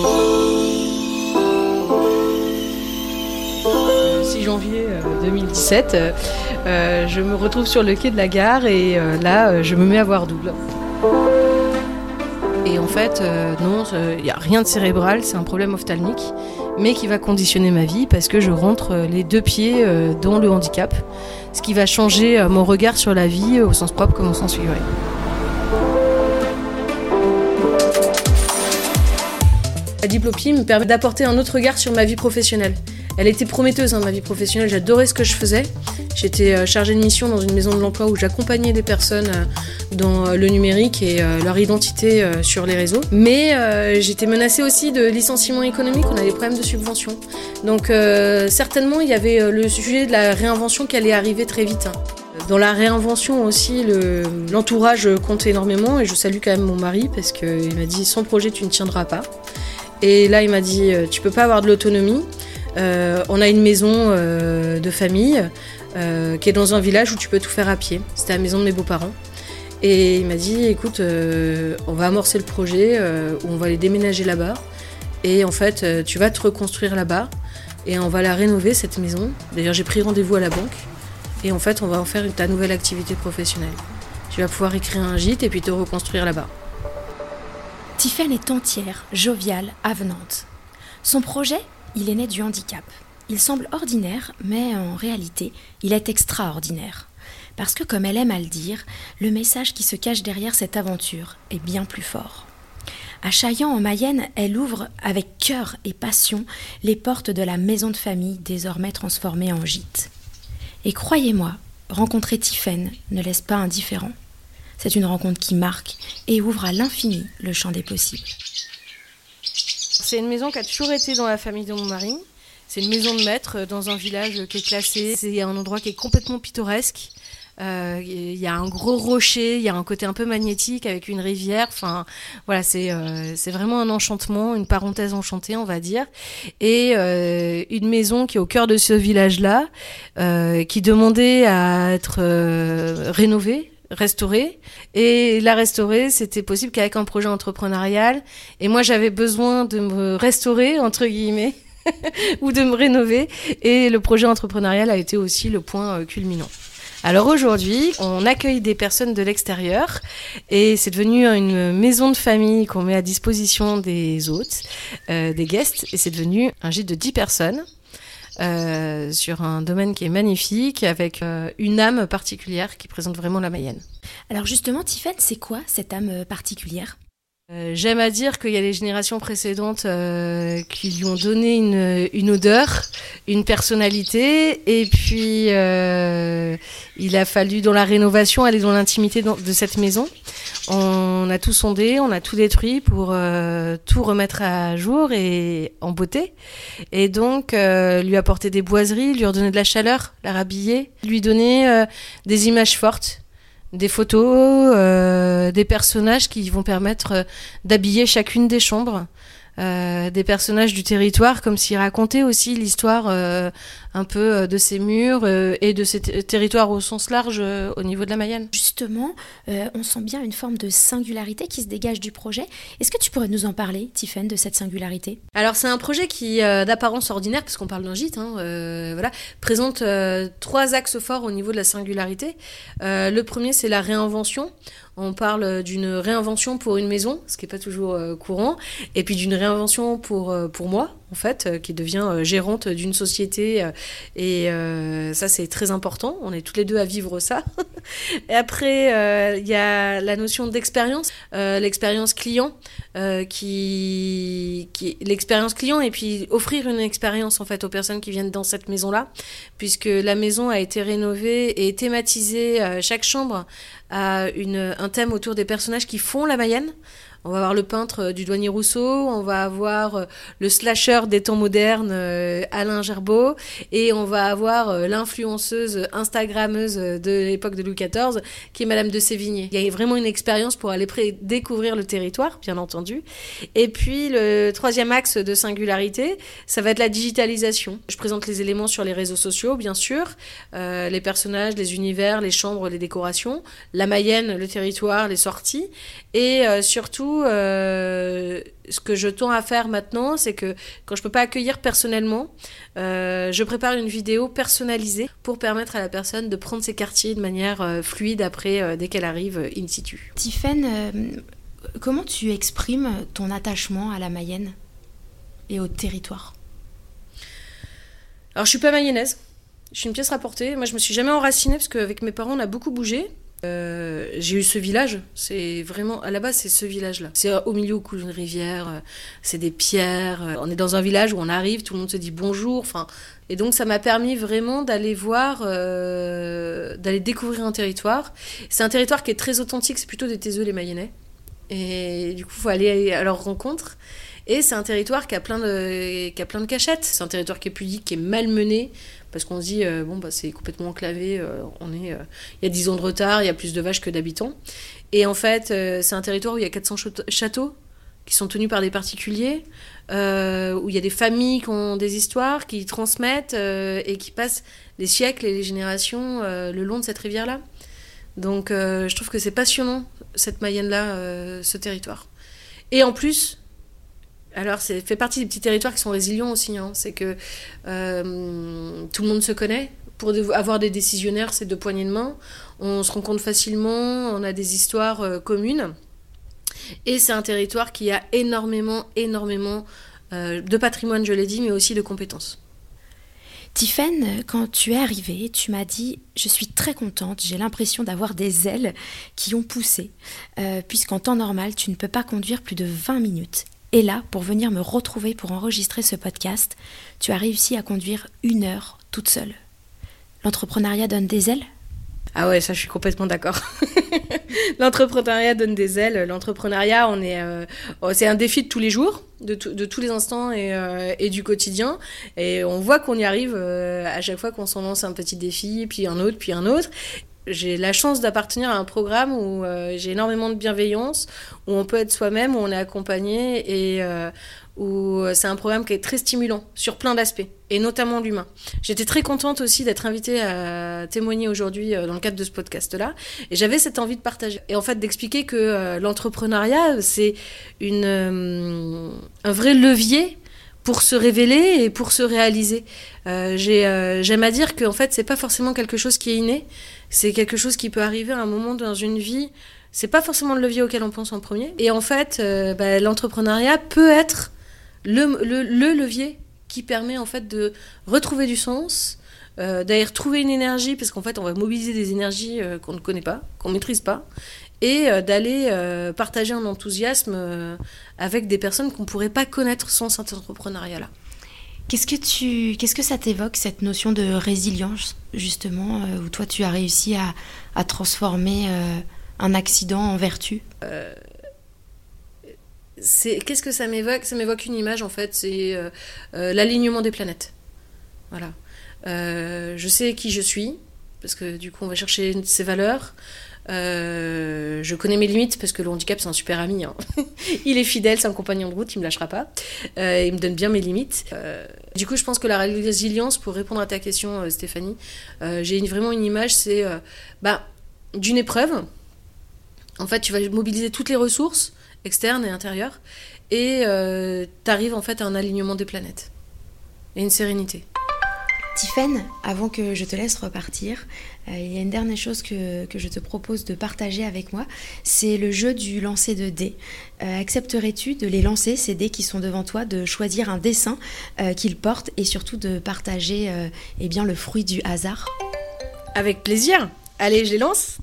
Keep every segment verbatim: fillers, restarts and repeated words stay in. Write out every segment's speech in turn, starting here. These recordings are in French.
six janvier deux mille dix-sept, euh, je me retrouve sur le quai de la gare et euh, là, je me mets à voir double. Et en fait, euh, non, il n'y a rien de cérébral, c'est un problème ophtalmique, mais qui va conditionner ma vie parce que je rentre les deux pieds euh, dans le handicap, ce qui va changer euh, mon regard sur la vie euh, au sens propre comme au sens figuré. La diplopie me permet d'apporter un autre regard sur ma vie professionnelle. Elle était prometteuse, hein, ma vie professionnelle, j'adorais ce que je faisais. J'étais euh, chargée de mission dans une maison de l'emploi où j'accompagnais des personnes euh, dans euh, le numérique et euh, leur identité euh, sur les réseaux. Mais euh, j'étais menacée aussi de licenciement économique, on a des problèmes de subvention. Donc euh, certainement, il y avait euh, le sujet de la réinvention qui allait arriver très vite. Hein. Dans la réinvention aussi, le, l'entourage compte énormément et je salue quand même mon mari parce qu'il m'a dit « sans projet, tu ne tiendras pas ». Et là, il m'a dit « tu peux pas avoir de l'autonomie ». Euh, on a une maison euh, de famille euh, qui est dans un village où tu peux tout faire à pied. C'était la maison de mes beaux-parents. Et il m'a dit, écoute, euh, on va amorcer le projet euh, où on va les déménager là-bas. Et en fait, euh, tu vas te reconstruire là-bas et on va la rénover, cette maison. D'ailleurs, j'ai pris rendez-vous à la banque. Et en fait, on va en faire ta nouvelle activité professionnelle. Tu vas pouvoir écrire un gîte et puis te reconstruire là-bas. Tiffaine est entière, joviale, avenante. Son projet ? Il est né du handicap. Il semble ordinaire, mais en réalité, il est extraordinaire. Parce que, comme elle aime à le dire, le message qui se cache derrière cette aventure est bien plus fort. À Chaillan, en Mayenne, elle ouvre avec cœur et passion les portes de la maison de famille, désormais transformée en gîte. Et croyez-moi, rencontrer Tiffaine ne laisse pas indifférent. C'est une rencontre qui marque et ouvre à l'infini le champ des possibles. C'est une maison qui a toujours été dans la famille de mon mari. C'est une maison de maître dans un village qui est classé. C'est un endroit qui est complètement pittoresque. Euh, il y a un gros rocher, il y a un côté un peu magnétique avec une rivière. Enfin, voilà, c'est euh, c'est vraiment un enchantement, une parenthèse enchantée, on va dire. Et euh, une maison qui est au cœur de ce village-là, euh, qui demandait à être euh, rénovée. Restaurer. Et la restaurer, c'était possible qu'avec un projet entrepreneurial. Et moi, j'avais besoin de me restaurer, entre guillemets, ou de me rénover. Et le projet entrepreneurial a été aussi le point culminant. Alors aujourd'hui, on accueille des personnes de l'extérieur et c'est devenu une maison de famille qu'on met à disposition des hôtes, euh, des guests. Et c'est devenu un gîte de dix personnes. Euh, sur un domaine qui est magnifique, avec euh, une âme particulière qui présente vraiment la Mayenne. Alors justement, Tiffaine, c'est quoi cette âme particulière ? euh, J'aime à dire qu'il y a les générations précédentes euh, qui lui ont donné une, une odeur, une personnalité, et puis euh, il a fallu, dans la rénovation, aller dans l'intimité de cette maison. On a tout sondé, on a tout détruit pour euh, tout remettre à jour et en beauté. Et donc, euh, lui apporter des boiseries, lui redonner de la chaleur, la rhabiller, lui donner euh, des images fortes, des photos, euh, des personnages qui vont permettre euh, d'habiller chacune des chambres. Euh, des personnages du territoire, comme s'ils racontaient aussi l'histoire euh, un peu euh, de ces murs euh, et de ces t- territoires au sens large euh, au niveau de la Mayenne. Justement, euh, on sent bien une forme de singularité qui se dégage du projet. Est-ce que tu pourrais nous en parler, Tiffaine, de cette singularité ? Alors c'est un projet qui, euh, d'apparence ordinaire, parce qu'on parle d'un gîte, hein, euh, voilà, présente euh, trois axes forts au niveau de la singularité. Euh, le premier, c'est la réinvention. On parle d'une réinvention pour une maison, ce qui n'est pas toujours euh, courant, et puis d'une réinvention pour, euh, pour moi, en fait, euh, qui devient euh, gérante d'une société, euh, et euh, ça c'est très important, on est toutes les deux à vivre ça. Et après, il euh, y a la notion d'expérience, euh, l'expérience client, euh, qui, qui, l'expérience client, et puis offrir une expérience en fait aux personnes qui viennent dans cette maison-là, puisque la maison a été rénovée et thématisée, euh, chaque chambre a une, un thème autour des personnages qui font la Mayenne. On va avoir le peintre du Douanier Rousseau, on va avoir le slasher des temps modernes, Alain Gerbeau, et on va avoir l'influenceuse Instagrammeuse de l'époque de Louis quatorze, qui est Madame de Sévigné. Il y a vraiment une expérience pour aller pré- découvrir le territoire, bien entendu. Et puis, le troisième axe de singularité, ça va être la digitalisation. Je présente les éléments sur les réseaux sociaux, bien sûr, euh, les personnages, les univers, les chambres, les décorations, la Mayenne, le territoire, les sorties, et euh, surtout surtout, euh, ce que je tends à faire maintenant, c'est que quand je peux pas accueillir personnellement, euh, je prépare une vidéo personnalisée pour permettre à la personne de prendre ses quartiers de manière euh, fluide après, euh, dès qu'elle arrive euh, in situ. Tiffaine, euh, comment tu exprimes ton attachement à la Mayenne et au territoire ? Alors, je suis pas mayonnaise. Je suis une pièce rapportée. Moi, je me suis jamais enracinée parce qu'avec mes parents, on a beaucoup bougé. Euh, j'ai eu ce village. C'est vraiment, à la base, c'est ce village-là. C'est au milieu où coule une rivière. euh, C'est des pierres. euh, On est dans un village où on arrive, tout le monde se dit bonjour. Enfin, et donc, ça m'a permis vraiment d'aller voir, euh, d'aller découvrir un territoire. C'est un territoire qui est très authentique. C'est plutôt des taiseux, les Mayennais. Et du coup, il faut aller à leur rencontre. Et c'est un territoire qui a plein de, qui a plein de cachettes. C'est un territoire qui est pudique, qui est malmené. Parce qu'on se dit, euh, bon, bah, c'est complètement enclavé, euh, on est, il euh, y a dix ans de retard, il y a plus de vaches que d'habitants. Et en fait, euh, c'est un territoire où il y a quatre cents châteaux qui sont tenus par des particuliers, euh, où il y a des familles qui ont des histoires, qui transmettent euh, et qui passent les siècles et les générations euh, le long de cette rivière-là. Donc, euh, je trouve que c'est passionnant, cette Mayenne-là, euh, ce territoire. Et en plus... Alors, ça fait partie des petits territoires qui sont résilients aussi. Hein. C'est que euh, tout le monde se connaît. Pour avoir des décisionnaires, c'est deux poignées de main. On se rencontre facilement, on a des histoires euh, communes. Et c'est un territoire qui a énormément, énormément euh, de patrimoine, je l'ai dit, mais aussi de compétences. Tiffaine, quand tu es arrivée, tu m'as dit « Je suis très contente, j'ai l'impression d'avoir des ailes qui ont poussé, euh, puisqu'en temps normal, tu ne peux pas conduire plus de vingt minutes. » Et là, pour venir me retrouver pour enregistrer ce podcast, tu as réussi à conduire une heure toute seule. L'entrepreneuriat donne des ailes ? Ah ouais, ça je suis complètement d'accord. L'entrepreneuriat donne des ailes. L'entrepreneuriat, on est, euh, c'est un défi de tous les jours, de, t- de tous les instants et, euh, et du quotidien. Et on voit qu'on y arrive euh, à chaque fois qu'on s'en lance un petit défi, puis un autre, puis un autre. J'ai la chance d'appartenir à un programme où euh, j'ai énormément de bienveillance, où on peut être soi-même, où on est accompagné et euh, où c'est un programme qui est très stimulant sur plein d'aspects, et notamment l'humain. J'étais très contente aussi d'être invitée à témoigner aujourd'hui euh, dans le cadre de ce podcast-là, et j'avais cette envie de partager. Et en fait, d'expliquer que euh, l'entrepreneuriat, c'est une, euh, un vrai levier pour se révéler et pour se réaliser. Euh, j'ai, euh, j'aime à dire que en fait, c'est pas forcément quelque chose qui est inné, c'est quelque chose qui peut arriver à un moment dans une vie. C'est pas forcément le levier auquel on pense en premier. Et en fait, euh, bah, l'entrepreneuriat peut être le, le, le levier qui permet en fait de retrouver du sens, euh, d'aller retrouver une énergie, parce qu'en fait, on va mobiliser des énergies euh, qu'on ne connaît pas, qu'on ne maîtrise pas, et euh, d'aller euh, partager un enthousiasme euh, avec des personnes qu'on ne pourrait pas connaître sans cet entrepreneuriat-là. Qu'est-ce que, tu, qu'est-ce que ça t'évoque, cette notion de résilience, justement, euh, où toi, tu as réussi à, à transformer euh, un accident en vertu ? euh, c'est, Qu'est-ce que ça m'évoque ? Ça m'évoque une image, en fait, c'est euh, euh, l'alignement des planètes. Voilà. Euh, je sais qui je suis, parce que du coup, on va chercher ses valeurs. Euh, je connais mes limites parce que le handicap c'est un super ami, hein. Il est fidèle, c'est un compagnon de route, il me lâchera pas, euh, il me donne bien mes limites. Euh, du coup je pense que la résilience, pour répondre à ta question euh, Stéphanie, euh, j'ai une, vraiment une image, c'est euh, bah, d'une épreuve. En fait tu vas mobiliser toutes les ressources externes et intérieures et euh, t'arrives en fait à un alignement des planètes et une sérénité. Tiffaine, avant que je te laisse repartir, euh, il y a une dernière chose que, que je te propose de partager avec moi, c'est le jeu du lancer de dés. Euh, accepterais-tu de les lancer, ces dés qui sont devant toi, de choisir un dessin euh, qu'ils portent et surtout de partager euh, eh bien, le fruit du hasard ? Avec plaisir. Allez, je les lance.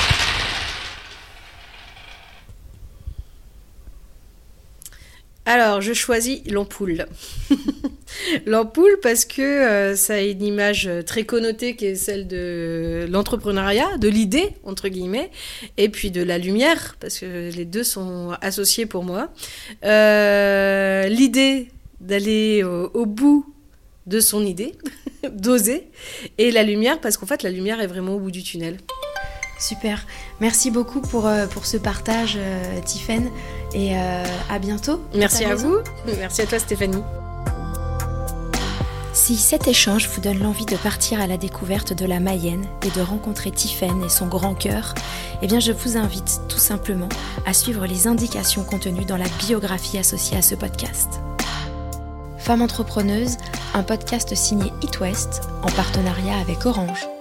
Alors, je choisis l'ampoule. L'ampoule parce que euh, ça a une image très connotée qui est celle de l'entrepreneuriat, de l'idée, entre guillemets, et puis de la lumière, parce que les deux sont associés pour moi. Euh, l'idée d'aller au, au bout de son idée, d'oser, et la lumière parce qu'en fait, la lumière est vraiment au bout du tunnel. Super. Merci beaucoup pour, euh, pour ce partage, euh, Tiffaine, et euh, à bientôt. Merci à vous. Merci à toi, Stéphanie. Si cet échange vous donne l'envie de partir à la découverte de la Mayenne et de rencontrer Tiffaine et son grand cœur, eh bien je vous invite tout simplement à suivre les indications contenues dans la biographie associée à ce podcast. Femme entrepreneuse, un podcast signé It West en partenariat avec Orange.